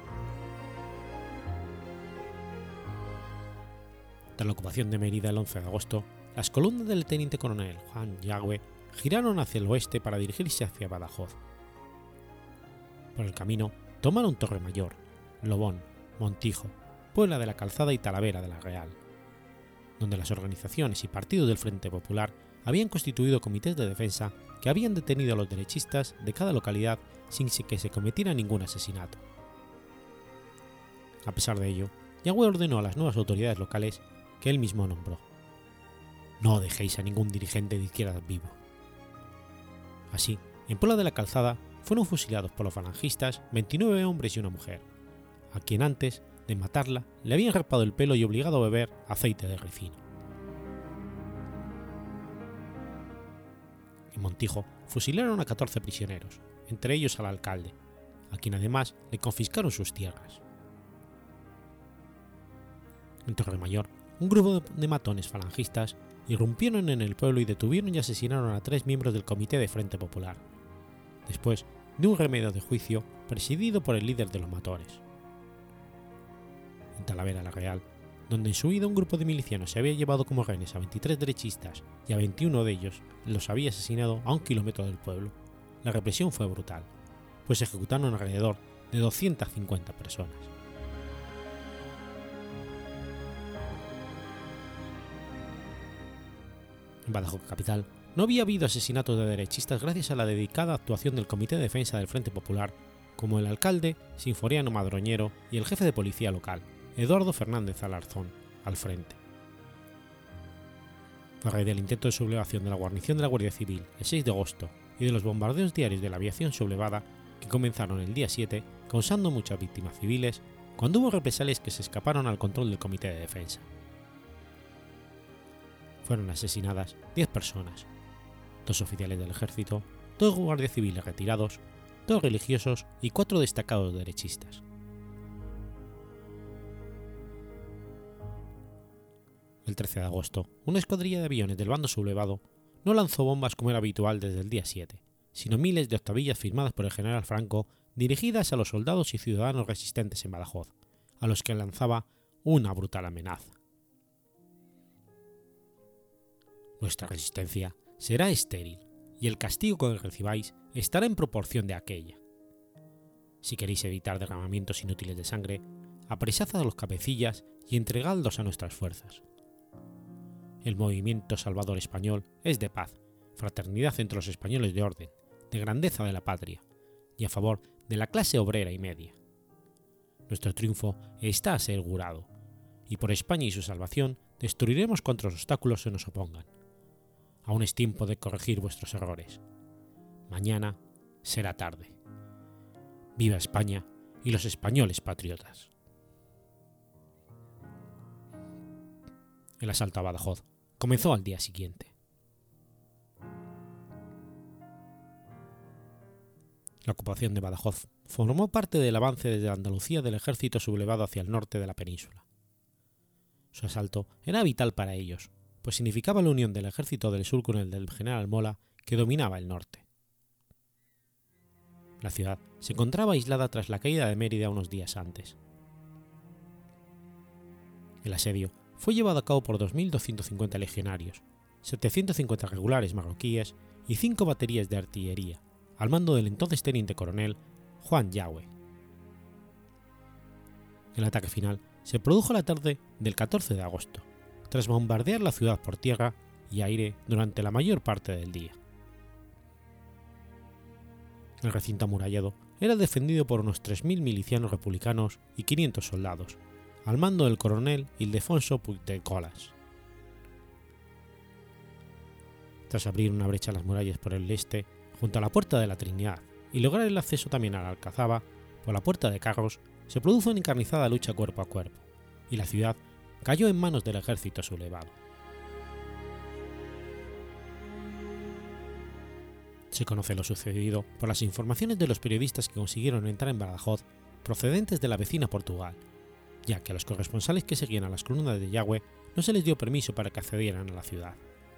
Tras la ocupación de Mérida el 11 de agosto, las columnas del teniente coronel Juan Yagüe giraron hacia el oeste para dirigirse hacia Badajoz. Por el camino tomaron Torremayor, Lobón, Montijo, Puebla de la Calzada y Talavera de la Real, donde las organizaciones y partidos del Frente Popular habían constituido comités de defensa que habían detenido a los derechistas de cada localidad sin que se cometiera ningún asesinato. A pesar de ello, Yagüe ordenó a las nuevas autoridades locales que él mismo nombró: no dejéis a ningún dirigente de izquierda vivo. Así, en Puebla de la Calzada fueron fusilados por los falangistas 29 hombres y una mujer, a quien antes de matarla le habían rapado el pelo y obligado a beber aceite de ricino. En Montijo fusilaron a 14 prisioneros, entre ellos al alcalde, a quien además le confiscaron sus tierras. En Torremayor, un grupo de matones falangistas irrumpieron en el pueblo y detuvieron y asesinaron a 3 miembros del Comité de Frente Popular, después de un remedio de juicio presidido por el líder de los matones. En Talavera la Real, donde en su huida un grupo de milicianos se había llevado como rehenes a 23 derechistas y a 21 de ellos los había asesinado a 1 kilómetro del pueblo, la represión fue brutal, pues ejecutaron alrededor de 250 personas. En Badajoz capital no había habido asesinatos de derechistas gracias a la dedicada actuación del Comité de Defensa del Frente Popular, como el alcalde Sinforiano Madroñero y el jefe de policía local, Eduardo Fernández Alarzón, al frente. A raíz del intento de sublevación de la guarnición de la Guardia Civil el 6 de agosto y de los bombardeos diarios de la aviación sublevada que comenzaron el día 7, causando muchas víctimas civiles, cuando hubo represalias que se escaparon al control del Comité de Defensa. Fueron asesinadas 10 personas, 2 oficiales del ejército, 2 guardias civiles retirados, 2 religiosos y 4 destacados derechistas. El 13 de agosto, una escuadrilla de aviones del bando sublevado no lanzó bombas como era habitual desde el día 7, sino miles de octavillas firmadas por el general Franco dirigidas a los soldados y ciudadanos resistentes en Badajoz, a los que lanzaba una brutal amenaza. Vuestra resistencia será estéril, y el castigo que recibáis estará en proporción de aquella. Si queréis evitar derramamientos inútiles de sangre, apresad a los cabecillas y entregadlos a nuestras fuerzas. El movimiento salvador español es de paz, fraternidad entre los españoles de orden, de grandeza de la patria, y a favor de la clase obrera y media. Nuestro triunfo está asegurado, y por España y su salvación destruiremos cuantos obstáculos se nos opongan. Aún es tiempo de corregir vuestros errores. Mañana será tarde. ¡Viva España y los españoles patriotas! El asalto a Badajoz comenzó al día siguiente. La ocupación de Badajoz formó parte del avance desde Andalucía del ejército sublevado hacia el norte de la península. Su asalto era vital para ellos, pues significaba la unión del ejército del sur con el del general Mola, que dominaba el norte. La ciudad se encontraba aislada tras la caída de Mérida unos días antes. El asedio fue llevado a cabo por 2.250 legionarios, 750 regulares marroquíes y 5 baterías de artillería, al mando del entonces teniente coronel Juan Yagüe. El ataque final se produjo la tarde del 14 de agosto, tras bombardear la ciudad por tierra y aire durante la mayor parte del día. El recinto amurallado era defendido por unos 3.000 milicianos republicanos y 500 soldados, al mando del coronel Ildefonso Puig de Colas. Tras abrir una brecha en las murallas por el este, junto a la Puerta de la Trinidad, y lograr el acceso también a la Alcazaba por la Puerta de Carros, se produjo una encarnizada lucha cuerpo a cuerpo, y la ciudad cayó en manos del ejército sublevado. Se conoce lo sucedido por las informaciones de los periodistas que consiguieron entrar en Badajoz procedentes de la vecina Portugal, ya que a los corresponsales que seguían a las columnas de Yagüe no se les dio permiso para que accedieran a la ciudad.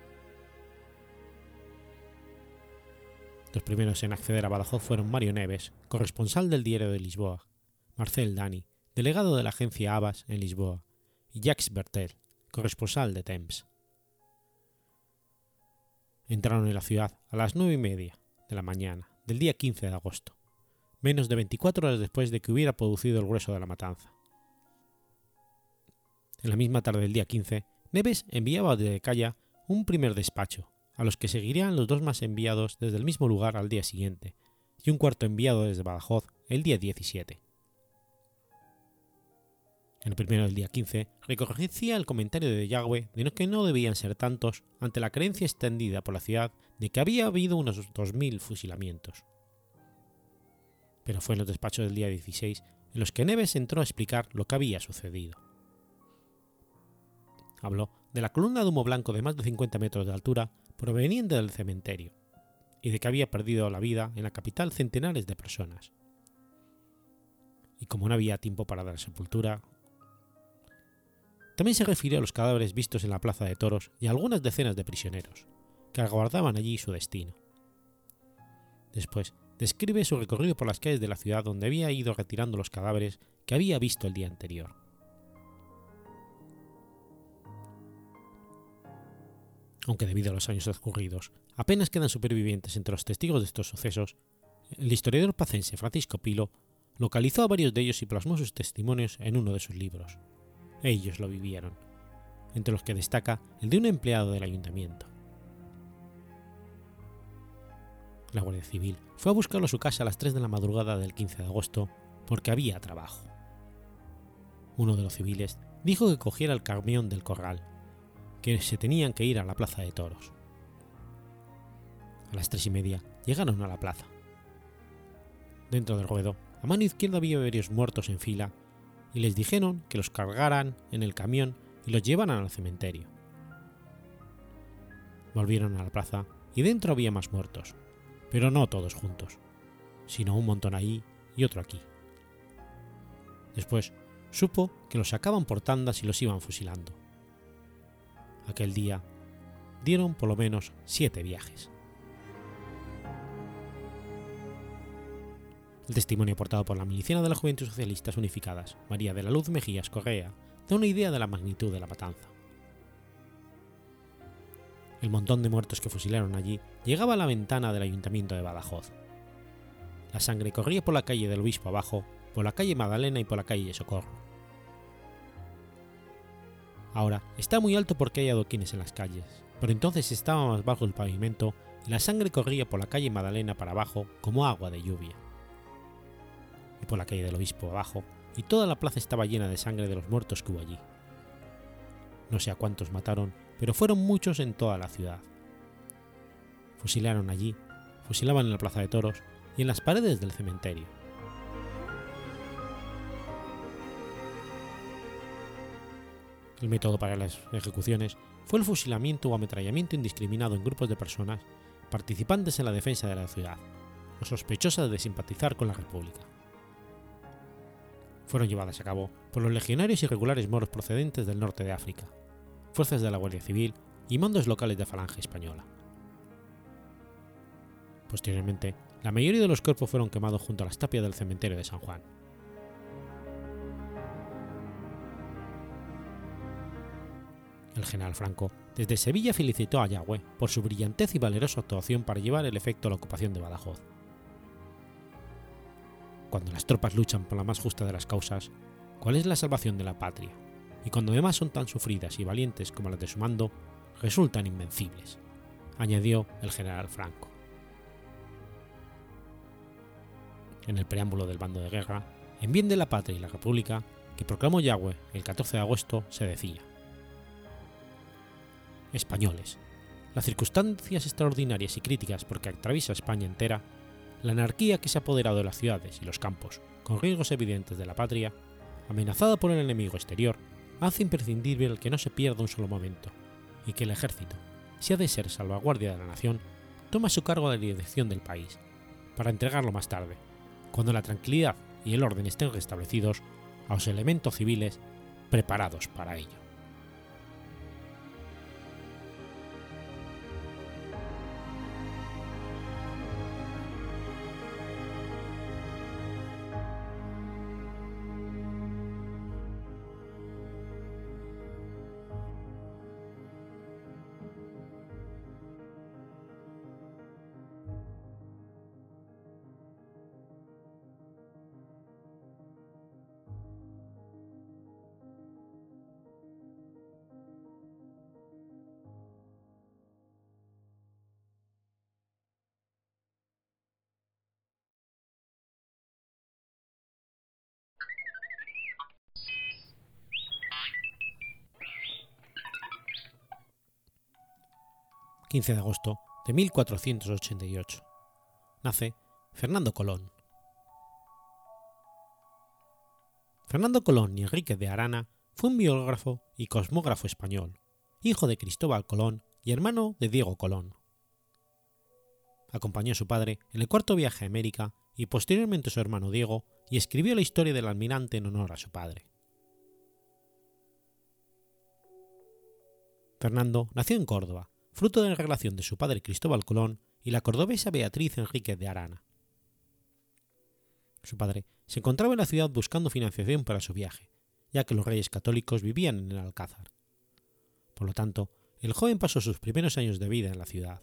Los primeros en acceder a Badajoz fueron Mario Neves, corresponsal del Diario de Lisboa, Marcel Dani, delegado de la agencia Abbas en Lisboa, y Jacques Bertel, corresponsal de Temps. Entraron en la ciudad a las 9:30 de la mañana del día 15 de agosto, menos de 24 horas después de que hubiera producido el grueso de la matanza. En la misma tarde del día 15, Neves enviaba desde Calla un primer despacho, a los que seguirían los 2 más enviados desde el mismo lugar al día siguiente, y un cuarto enviado desde Badajoz el día 17. En el primero del día 15 recogía el comentario de Yagüe de que no debían ser tantos ante la creencia extendida por la ciudad de que había habido unos 2.000 fusilamientos. Pero fue en los despachos del día 16 en los que Neves entró a explicar lo que había sucedido. Habló de la columna de humo blanco de más de 50 metros de altura proveniente del cementerio, y de que había perdido la vida en la capital centenares de personas. Y como no había tiempo para dar sepultura, también se refirió a los cadáveres vistos en la plaza de toros y a algunas decenas de prisioneros, que aguardaban allí su destino. Después describe su recorrido por las calles de la ciudad donde había ido retirando los cadáveres que había visto el día anterior. Aunque debido a los años transcurridos apenas quedan supervivientes entre los testigos de estos sucesos, el historiador pacense Francisco Pilo localizó a varios de ellos y plasmó sus testimonios en uno de sus libros. Ellos lo vivieron, entre los que destaca el de un empleado del ayuntamiento. La Guardia Civil fue a buscarlo a su casa a las 3 de la madrugada del 15 de agosto porque había trabajo. Uno de los civiles dijo que cogiera el camión del corral, que se tenían que ir a la plaza de toros. A las 3:30 llegaron a la plaza. Dentro del ruedo, a mano izquierda había varios muertos en fila y les dijeron que los cargaran en el camión y los llevaran al cementerio. Volvieron a la plaza y dentro había más muertos, pero no todos juntos, sino un montón ahí y otro aquí. Después supo que los sacaban por tandas y los iban fusilando. Aquel día dieron por lo menos 7 viajes. El testimonio aportado por la miliciana de las Juventudes Socialistas Unificadas, María de la Luz Mejías Correa, da una idea de la magnitud de la matanza. El montón de muertos que fusilaron allí llegaba a la ventana del ayuntamiento de Badajoz. La sangre corría por la calle del Obispo abajo, por la calle Magdalena y por la calle Socorro, Ahora está muy alto porque hay adoquines en las calles, pero entonces estaba más bajo el pavimento y la sangre corría por la calle Magdalena para abajo como agua de lluvia. Y por la calle del Obispo abajo, y toda la plaza estaba llena de sangre de los muertos que hubo allí. No sé a cuántos mataron, pero fueron muchos en toda la ciudad. Fusilaron allí, fusilaban en la plaza de toros y en las paredes del cementerio. El método para las ejecuciones fue el fusilamiento o ametrallamiento indiscriminado en grupos de personas participantes en la defensa de la ciudad o sospechosas de simpatizar con la República. Fueron llevadas a cabo por los legionarios irregulares moros procedentes del norte de África, fuerzas de la Guardia Civil y mandos locales de Falange Española. Posteriormente, la mayoría de los cuerpos fueron quemados junto a las tapias del cementerio de San Juan. El general Franco desde Sevilla felicitó a Yagüe por su brillantez y valerosa actuación para llevar el efecto a la ocupación de Badajoz. Cuando las tropas luchan por la más justa de las causas, ¿cuál es la salvación de la patria? Y cuando además son tan sufridas y valientes como las de su mando, resultan invencibles, añadió el general Franco. En el preámbulo del bando de guerra, en bien de la patria y la república, que proclamó Yagüe el 14 de agosto, se decía: españoles, las circunstancias extraordinarias y críticas por que atraviesa España entera, la anarquía que se ha apoderado de las ciudades y los campos, con riesgos evidentes de la patria, amenazada por el enemigo exterior, hace imprescindible el que no se pierda un solo momento, y que el ejército, si ha de ser salvaguardia de la nación, tome a su cargo la dirección del país, para entregarlo más tarde, cuando la tranquilidad y el orden estén restablecidos, a los elementos civiles preparados para ello. ...15 de agosto de 1488... nace Fernando Colón. Fernando Colón y Enríquez de Arana fue un biógrafo y cosmógrafo español, hijo de Cristóbal Colón y hermano de Diego Colón. Acompañó a su padre en el cuarto viaje a América y posteriormente a su hermano Diego, y escribió la historia del almirante en honor a su padre. Fernando nació en Córdoba, fruto de la relación de su padre Cristóbal Colón y la cordobesa Beatriz Enríquez de Arana. Su padre se encontraba en la ciudad buscando financiación para su viaje, ya que los reyes católicos vivían en el Alcázar. Por lo tanto, el joven pasó sus primeros años de vida en la ciudad.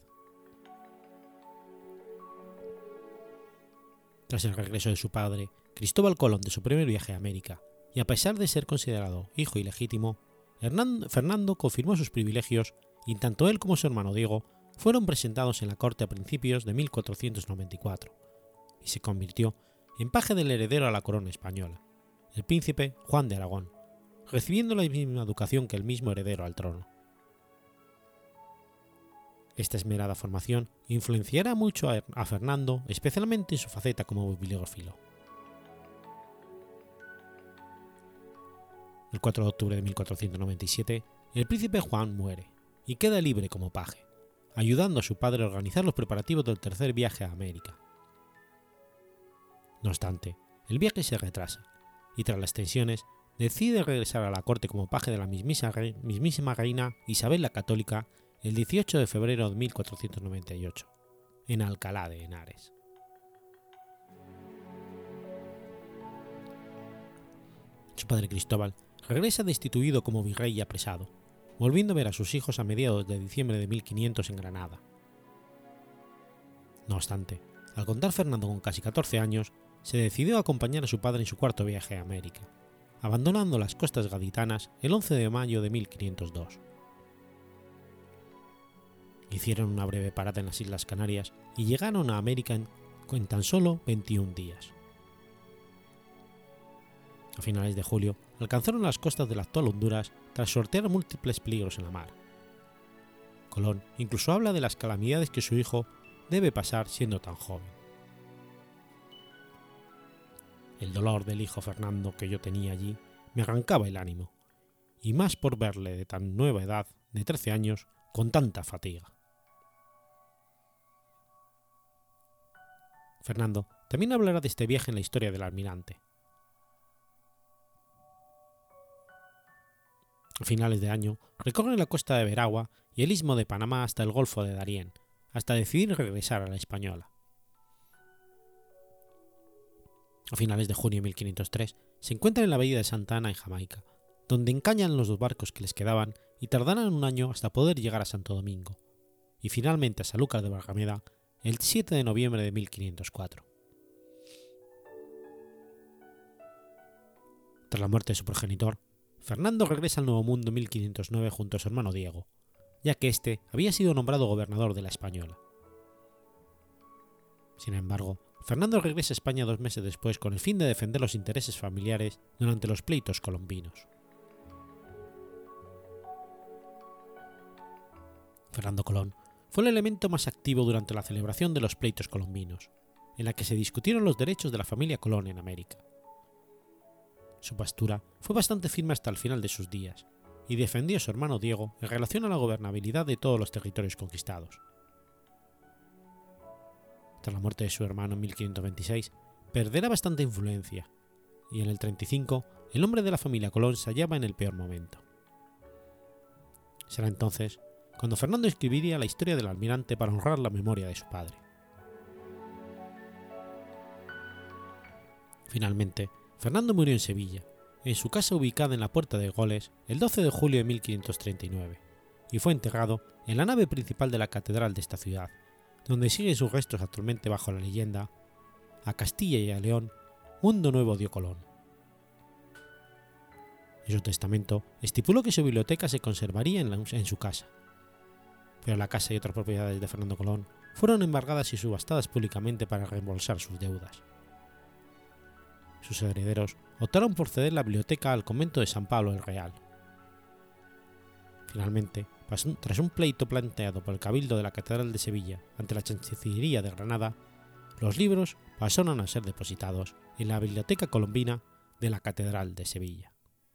Tras el regreso de su padre, Cristóbal Colón, de su primer viaje a América, y a pesar de ser considerado hijo ilegítimo, Fernando confirmó sus privilegios y tanto él como su hermano Diego fueron presentados en la corte a principios de 1494, y se convirtió en paje del heredero a la corona española, el príncipe Juan de Aragón, recibiendo la misma educación que el mismo heredero al trono. Esta esmerada formación influenciará mucho a Fernando, especialmente en su faceta como bibliófilo. El 4 de octubre de 1497, el príncipe Juan muere y queda libre como paje, ayudando a su padre a organizar los preparativos del tercer viaje a América. No obstante, el viaje se retrasa, y tras las tensiones, decide regresar a la corte como paje de la mismísima reina Isabel la Católica el 18 de febrero de 1498, en Alcalá de Henares. Su padre Cristóbal regresa destituido como virrey y apresado, volviendo a ver a sus hijos a mediados de diciembre de 1500 en Granada. No obstante, al contar Fernando con casi 14 años, se decidió a acompañar a su padre en su cuarto viaje a América, abandonando las costas gaditanas el 11 de mayo de 1502. Hicieron una breve parada en las Islas Canarias y llegaron a América en tan solo 21 días. A finales de julio alcanzaron las costas de la actual Honduras tras sortear múltiples peligros en la mar. Colón incluso habla de las calamidades que su hijo debe pasar siendo tan joven. El dolor del hijo Fernando que yo tenía allí me arrancaba el ánimo, y más por verle de tan nueva edad, de 13 años, con tanta fatiga. Fernando también hablará de este viaje en la historia del almirante. A finales de año recorre la costa de Veragua y el istmo de Panamá hasta el Golfo de Darién, hasta decidir regresar a la Española. A finales de junio de 1503 se encuentran en la bahía de Santa Ana en Jamaica, donde encañan los 2 barcos que les quedaban y tardarán un año hasta poder llegar a Santo Domingo, y finalmente a Sanlúcar de Barrameda el 7 de noviembre de 1504. Tras la muerte de su progenitor, Fernando regresa al Nuevo Mundo en 1509 junto a su hermano Diego, ya que éste había sido nombrado gobernador de la Española. Sin embargo, Fernando regresa a España 2 meses después con el fin de defender los intereses familiares durante los pleitos colombinos. Fernando Colón fue el elemento más activo durante la celebración de los pleitos colombinos, en la que se discutieron los derechos de la familia Colón en América. Su postura fue bastante firme hasta el final de sus días, y defendió a su hermano Diego en relación a la gobernabilidad de todos los territorios conquistados. Tras la muerte de su hermano en 1526, perderá bastante influencia, y en el 35 el nombre de la familia Colón se hallaba en el peor momento. Será entonces cuando Fernando escribiría la historia del almirante para honrar la memoria de su padre. Finalmente, Fernando murió en Sevilla, en su casa ubicada en la Puerta de Goles, el 12 de julio de 1539, y fue enterrado en la nave principal de la catedral de esta ciudad, donde siguen sus restos actualmente bajo la leyenda «A Castilla y a León, mundo nuevo dio Colón». En su testamento estipuló que su biblioteca se conservaría en su casa, pero la casa y otras propiedades de Fernando Colón fueron embargadas y subastadas públicamente para reembolsar sus deudas. Sus herederos optaron por ceder la biblioteca al convento de San Pablo el Real. Finalmente, tras un pleito planteado por el Cabildo de la Catedral de Sevilla ante la Chancillería de Granada, los libros pasaron a ser depositados en la Biblioteca Colombina de la Catedral de Sevilla.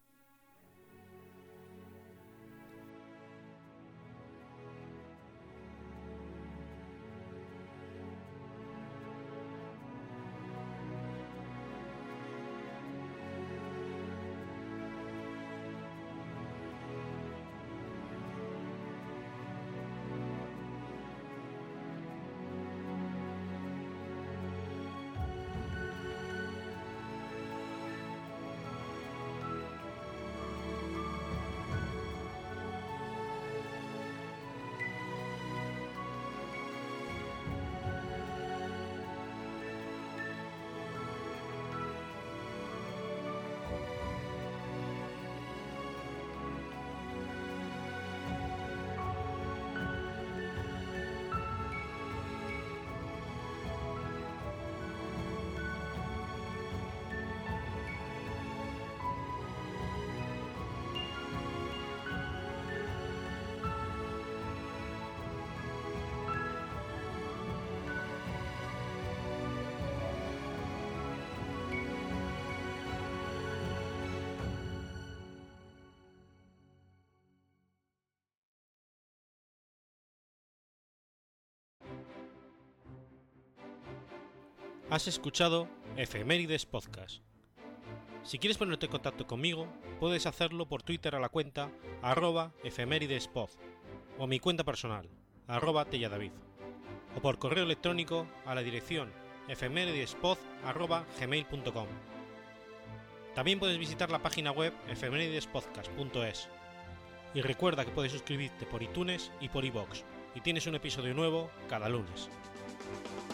Has escuchado Efemérides Podcast. Si quieres ponerte en contacto conmigo, puedes hacerlo por Twitter a la cuenta @efemeridespod o mi cuenta personal @telladavid, o por correo electrónico a la dirección efemeridespod@gmail.com. También puedes visitar la página web efemeridespodcast.es. Y recuerda que puedes suscribirte por iTunes y por iVoox, y tienes un episodio nuevo cada lunes.